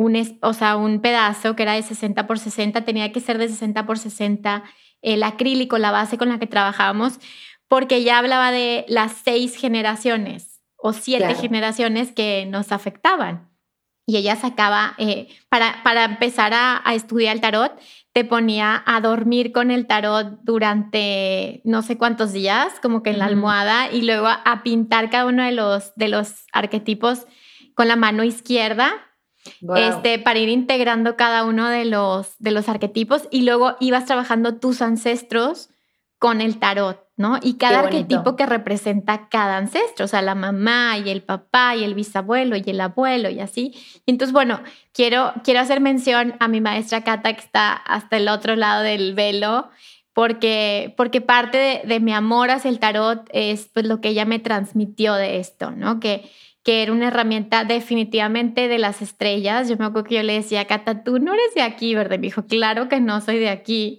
pedazo que era de 60 por 60, tenía que ser de 60 por 60, el acrílico, la base con la que trabajábamos, porque ella hablaba de las 6 generaciones o 7 Claro. generaciones que nos afectaban. Y ella sacaba, para empezar a estudiar el tarot, te ponía a dormir con el tarot durante no sé cuántos días, como que en la almohada, y luego a pintar cada uno de los arquetipos con la mano izquierda, Wow. para ir integrando cada uno de los arquetipos, y luego ibas trabajando tus ancestros con el tarot, ¿no? Y cada arquetipo que representa cada ancestro, o sea, la mamá y el papá y el bisabuelo y el abuelo y así. Y entonces, bueno, quiero hacer mención a mi maestra Cata, que está hasta el otro lado del velo, porque parte de mi amor hacia el tarot es pues lo que ella me transmitió de esto, ¿no? Que era una herramienta definitivamente de las estrellas. Yo me acuerdo que yo le decía, Cata, tú no eres de aquí, ¿verdad? Y me dijo, claro que no soy de aquí.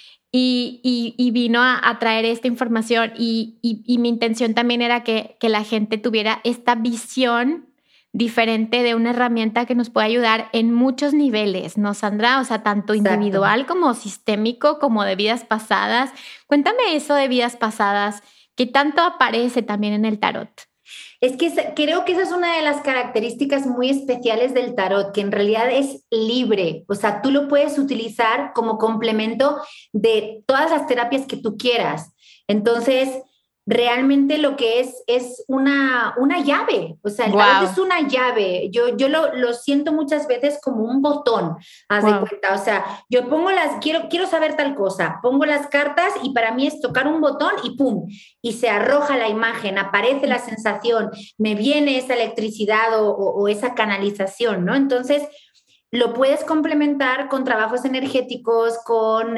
Y vino a traer esta información y mi intención también era que la gente tuviera esta visión diferente de una herramienta que nos puede ayudar en muchos niveles, ¿no, Sandra? O sea, tanto individual como sistémico, como de vidas pasadas. Cuéntame eso de vidas pasadas, que tanto aparece también en el tarot. Es que creo que esa es una de las características muy especiales del tarot, que en realidad es libre, o sea, tú lo puedes utilizar como complemento de todas las terapias que tú quieras. Entonces, realmente lo que es una llave, o sea, el tarot es una llave. Yo lo siento muchas veces como un botón, haz de cuenta, o sea, yo pongo quiero saber tal cosa, pongo las cartas y para mí es tocar un botón y ¡pum! Y se arroja la imagen, aparece la sensación, me viene esa electricidad o esa canalización, ¿no? Entonces, lo puedes complementar con trabajos energéticos, con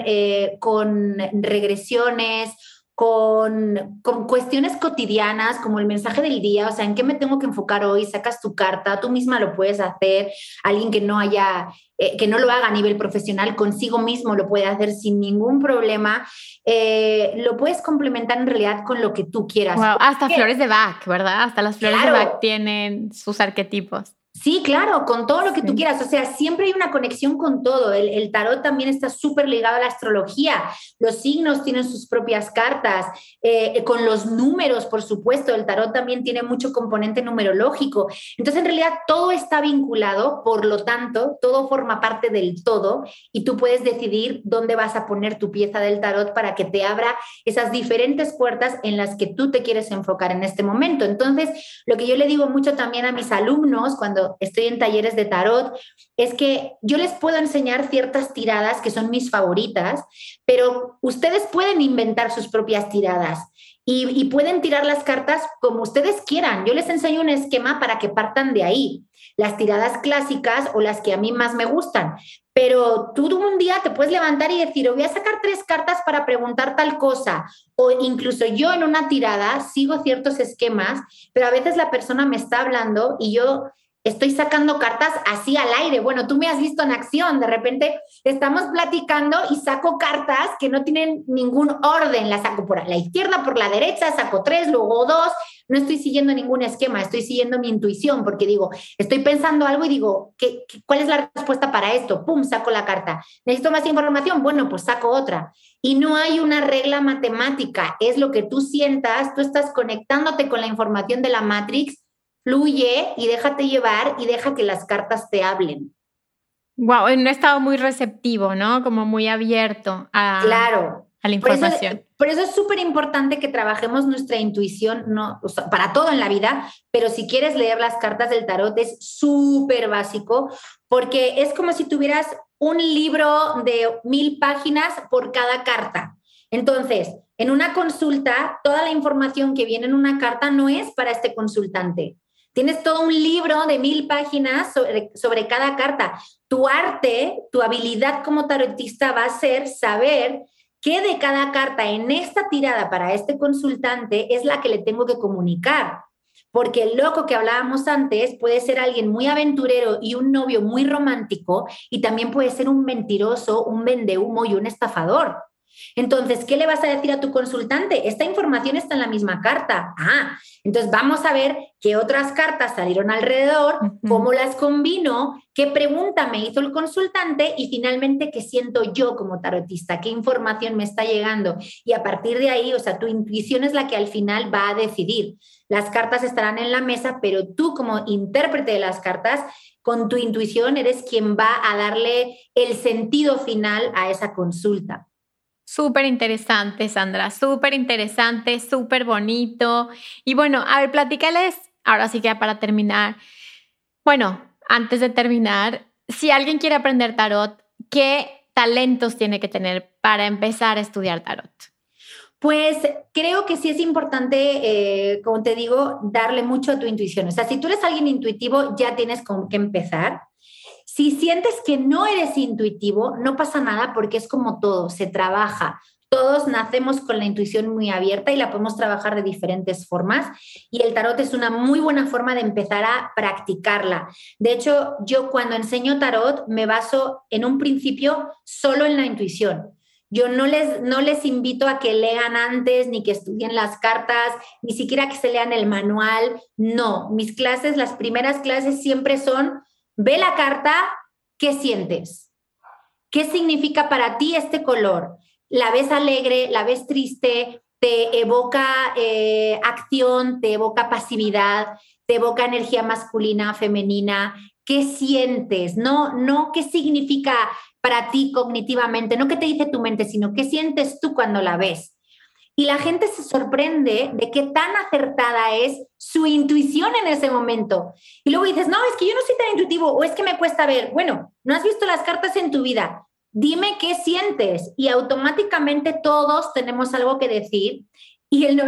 regresiones, con cuestiones cotidianas como el mensaje del día, o sea, ¿en qué me tengo que enfocar hoy? Sacas tu carta, tú misma lo puedes hacer, alguien que no lo haga a nivel profesional, consigo mismo lo puede hacer sin ningún problema, lo puedes complementar en realidad con lo que tú quieras. Wow. Hasta flores de Bach, ¿verdad? Hasta las flores de Bach tienen sus arquetipos. Sí, claro, con todo lo que tú quieras. O sea, siempre hay una conexión con todo. El tarot también está súper ligado a la astrología. Los signos tienen sus propias cartas. Con los números, por supuesto. El tarot también tiene mucho componente numerológico. Entonces, en realidad, todo está vinculado. Por lo tanto, todo forma parte del todo. Y tú puedes decidir dónde vas a poner tu pieza del tarot para que te abra esas diferentes puertas en las que tú te quieres enfocar en este momento. Entonces, lo que yo le digo mucho también a mis alumnos cuando estoy en talleres de tarot, es que yo les puedo enseñar ciertas tiradas que son mis favoritas, pero ustedes pueden inventar sus propias tiradas y pueden tirar las cartas como ustedes quieran. Yo les enseño un esquema para que partan de ahí, las tiradas clásicas o las que a mí más me gustan. Pero tú un día te puedes levantar y decir, voy a sacar 3 cartas para preguntar tal cosa. O incluso yo en una tirada sigo ciertos esquemas, pero a veces la persona me está hablando y yo estoy sacando cartas así al aire. Bueno, tú me has visto en acción. De repente estamos platicando y saco cartas que no tienen ningún orden. Las saco por la izquierda, por la derecha, saco 3, luego 2. No estoy siguiendo ningún esquema, estoy siguiendo mi intuición porque digo, estoy pensando algo y digo, ¿cuál es la respuesta para esto? ¡Pum! Saco la carta. ¿Necesito más información? Bueno, pues saco otra. Y no hay una regla matemática, es lo que tú sientas, tú estás conectándote con la información de la Matrix, fluye y déjate llevar y deja que las cartas te hablen. Wow, en un estado muy receptivo, ¿no? Como muy abierto Claro. a la información. Por eso es súper importante que trabajemos nuestra intuición, no, o sea, para todo en la vida, pero si quieres leer las cartas del tarot es súper básico porque es como si tuvieras un libro de 1000 páginas por cada carta. Entonces, en una consulta, toda la información que viene en una carta no es para este consultante. Tienes todo un libro de 1000 páginas sobre cada carta. Tu arte, tu habilidad como tarotista va a ser saber qué de cada carta en esta tirada para este consultante es la que le tengo que comunicar. Porque el loco que hablábamos antes puede ser alguien muy aventurero y un novio muy romántico y también puede ser un mentiroso, un vendehumo y un estafador. Entonces, ¿qué le vas a decir a tu consultante? Esta información está en la misma carta. Entonces vamos a ver qué otras cartas salieron alrededor, cómo las combino, qué pregunta me hizo el consultante y finalmente qué siento yo como tarotista, qué información me está llegando. Y a partir de ahí, o sea, tu intuición es la que al final va a decidir. Las cartas estarán en la mesa, pero tú como intérprete de las cartas, con tu intuición eres quien va a darle el sentido final a esa consulta. Súper interesante, Sandra, súper interesante, súper bonito. Y bueno, a ver, platícales, ahora sí que ya para terminar. Bueno, antes de terminar, si alguien quiere aprender tarot, ¿qué talentos tiene que tener para empezar a estudiar tarot? Pues creo que sí es importante, como te digo, darle mucho a tu intuición. O sea, si tú eres alguien intuitivo, ya tienes con qué empezar. Si sientes que no eres intuitivo, no pasa nada porque es como todo, se trabaja. Todos nacemos con la intuición muy abierta y la podemos trabajar de diferentes formas y el tarot es una muy buena forma de empezar a practicarla. De hecho, yo cuando enseño tarot me baso en un principio solo en la intuición. Yo no les invito a que lean antes, ni que estudien las cartas, ni siquiera que se lean el manual. No, mis clases, las primeras clases siempre son, ve la carta, ¿qué sientes? ¿Qué significa para ti este color? ¿La ves alegre? ¿La ves triste? ¿Te evoca acción? ¿Te evoca pasividad? ¿Te evoca energía masculina, femenina? ¿Qué sientes? No qué significa para ti cognitivamente, no qué te dice tu mente, sino qué sientes tú cuando la ves. Y la gente se sorprende de qué tan acertada es su intuición en ese momento. Y luego dices, no, es que yo no soy tan intuitivo o es que me cuesta ver. Bueno, no has visto las cartas en tu vida. Dime qué sientes. Y automáticamente todos tenemos algo que decir. Y el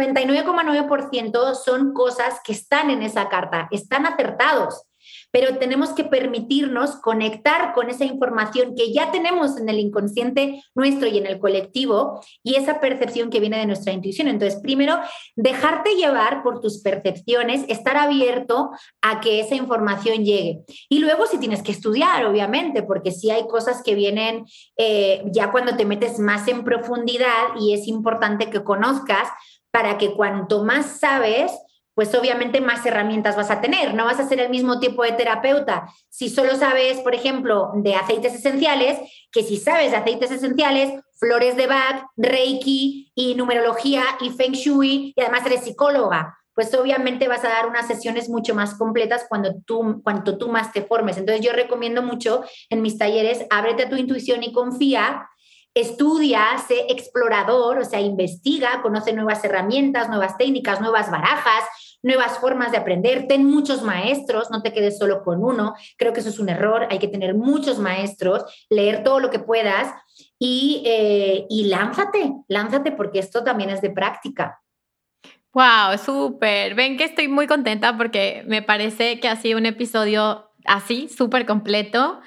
99,9% son cosas que están en esa carta, están acertados. Pero tenemos que permitirnos conectar con esa información que ya tenemos en el inconsciente nuestro y en el colectivo y esa percepción que viene de nuestra intuición. Entonces, primero, dejarte llevar por tus percepciones, estar abierto a que esa información llegue. Y luego, si tienes que estudiar, obviamente, porque sí hay cosas que vienen ya cuando te metes más en profundidad y es importante que conozcas para que cuanto más sabes, pues obviamente más herramientas vas a tener. No vas a ser el mismo tipo de terapeuta si solo sabes, por ejemplo, de aceites esenciales, que si sabes de aceites esenciales, flores de Bach, Reiki y numerología y Feng Shui, y además eres psicóloga. Pues obviamente vas a dar unas sesiones mucho más completas cuanto tú más te formes. Entonces yo recomiendo mucho en mis talleres, ábrete a tu intuición y confía, estudia, sé explorador, o sea, investiga, conoce nuevas herramientas, nuevas técnicas, nuevas barajas, nuevas formas de aprender, ten muchos maestros, no te quedes solo con uno, creo que eso es un error, hay que tener muchos maestros, leer todo lo que puedas y lánzate porque esto también es de práctica. Wow, súper. Ven que estoy muy contenta porque me parece que ha sido un episodio así, súper completo.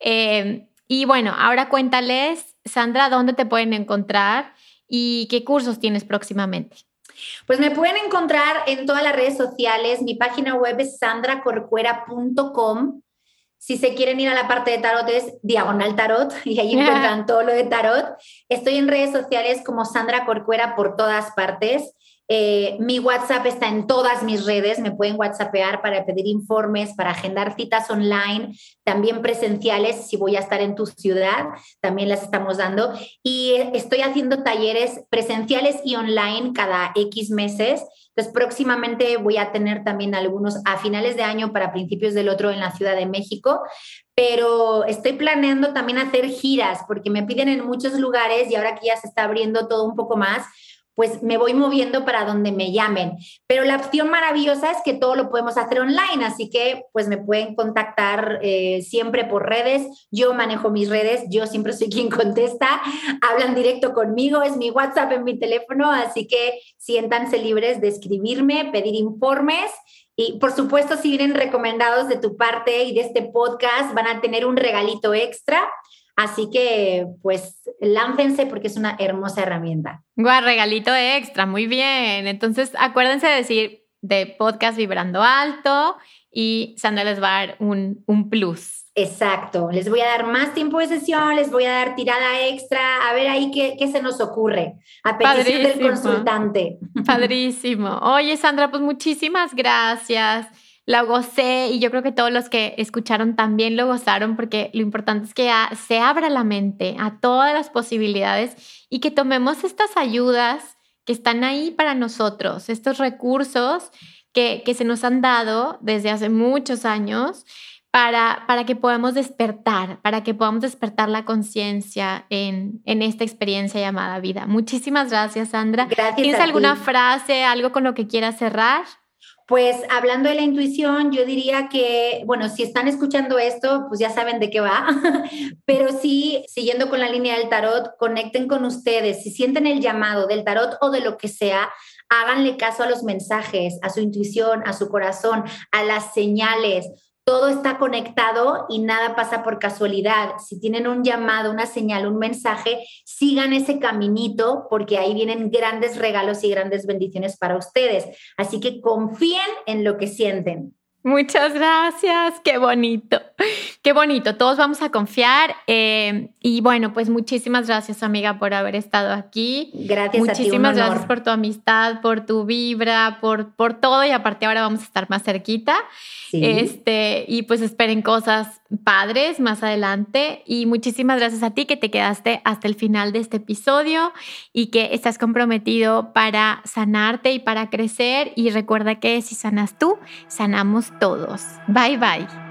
Y bueno, ahora cuéntales, Sandra, dónde te pueden encontrar y qué cursos tienes próximamente. Pues me pueden encontrar en todas las redes sociales. Mi página web es sandracorcuera.com. Si se quieren ir a la parte de tarot es Diagonal Tarot y ahí encuentran todo lo de tarot. Estoy en redes sociales como Sandra Corcuera por todas partes. Mi WhatsApp está en todas mis redes. Me pueden WhatsAppear para pedir informes, para agendar citas online, también presenciales. Si voy a estar en tu ciudad, también las estamos dando. Y estoy haciendo talleres presenciales y online cada X meses. Entonces, próximamente voy a tener también algunos a finales de año para principios del otro en la Ciudad de México, pero estoy planeando también hacer giras porque me piden en muchos lugares y ahora que ya se está abriendo todo un poco más, pues me voy moviendo para donde me llamen. Pero la opción maravillosa es que todo lo podemos hacer online, así que pues me pueden contactar siempre por redes. Yo manejo mis redes, yo siempre soy quien contesta, hablan directo conmigo, es mi WhatsApp en mi teléfono, así que siéntanse libres de escribirme, pedir informes. Y por supuesto, si vienen recomendados de tu parte y de este podcast, van a tener un regalito extra. Así que, pues, láncense porque es una hermosa herramienta. Guau, regalito extra, muy bien. Entonces, acuérdense de decir de podcast Vibrando Alto y Sandra les va a dar un plus. Exacto. Les voy a dar más tiempo de sesión, les voy a dar tirada extra. A ver ahí qué se nos ocurre a petición del consultante. Padrísimo. Oye, Sandra, pues muchísimas gracias. La gocé y yo creo que todos los que escucharon también lo gozaron porque lo importante es que se abra la mente a todas las posibilidades y que tomemos estas ayudas que están ahí para nosotros, estos recursos que se nos han dado desde hace muchos años para que podamos despertar, la conciencia en esta experiencia llamada vida. Muchísimas gracias, Sandra. Gracias. ¿Tienes alguna frase, algo con lo que quieras cerrar? Pues hablando de la intuición, yo diría que, bueno, si están escuchando esto, pues ya saben de qué va, pero sí, siguiendo con la línea del tarot, conecten con ustedes. Si sienten el llamado del tarot o de lo que sea, háganle caso a los mensajes, a su intuición, a su corazón, a las señales. Todo está conectado y nada pasa por casualidad. Si tienen un llamado, una señal, un mensaje, sigan ese caminito porque ahí vienen grandes regalos y grandes bendiciones para ustedes. Así que confíen en lo que sienten. Muchas gracias, qué bonito, qué bonito. Todos vamos a confiar y bueno, pues muchísimas gracias, amiga, por haber estado aquí. Gracias a ti, muchísimas gracias por tu amistad, por tu vibra, por todo y aparte ahora vamos a estar más cerquita. Sí. Y pues esperen cosas padres más adelante y muchísimas gracias a ti que te quedaste hasta el final de este episodio y que estás comprometido para sanarte y para crecer y recuerda que si sanas tú, sanamos todos. Bye, bye.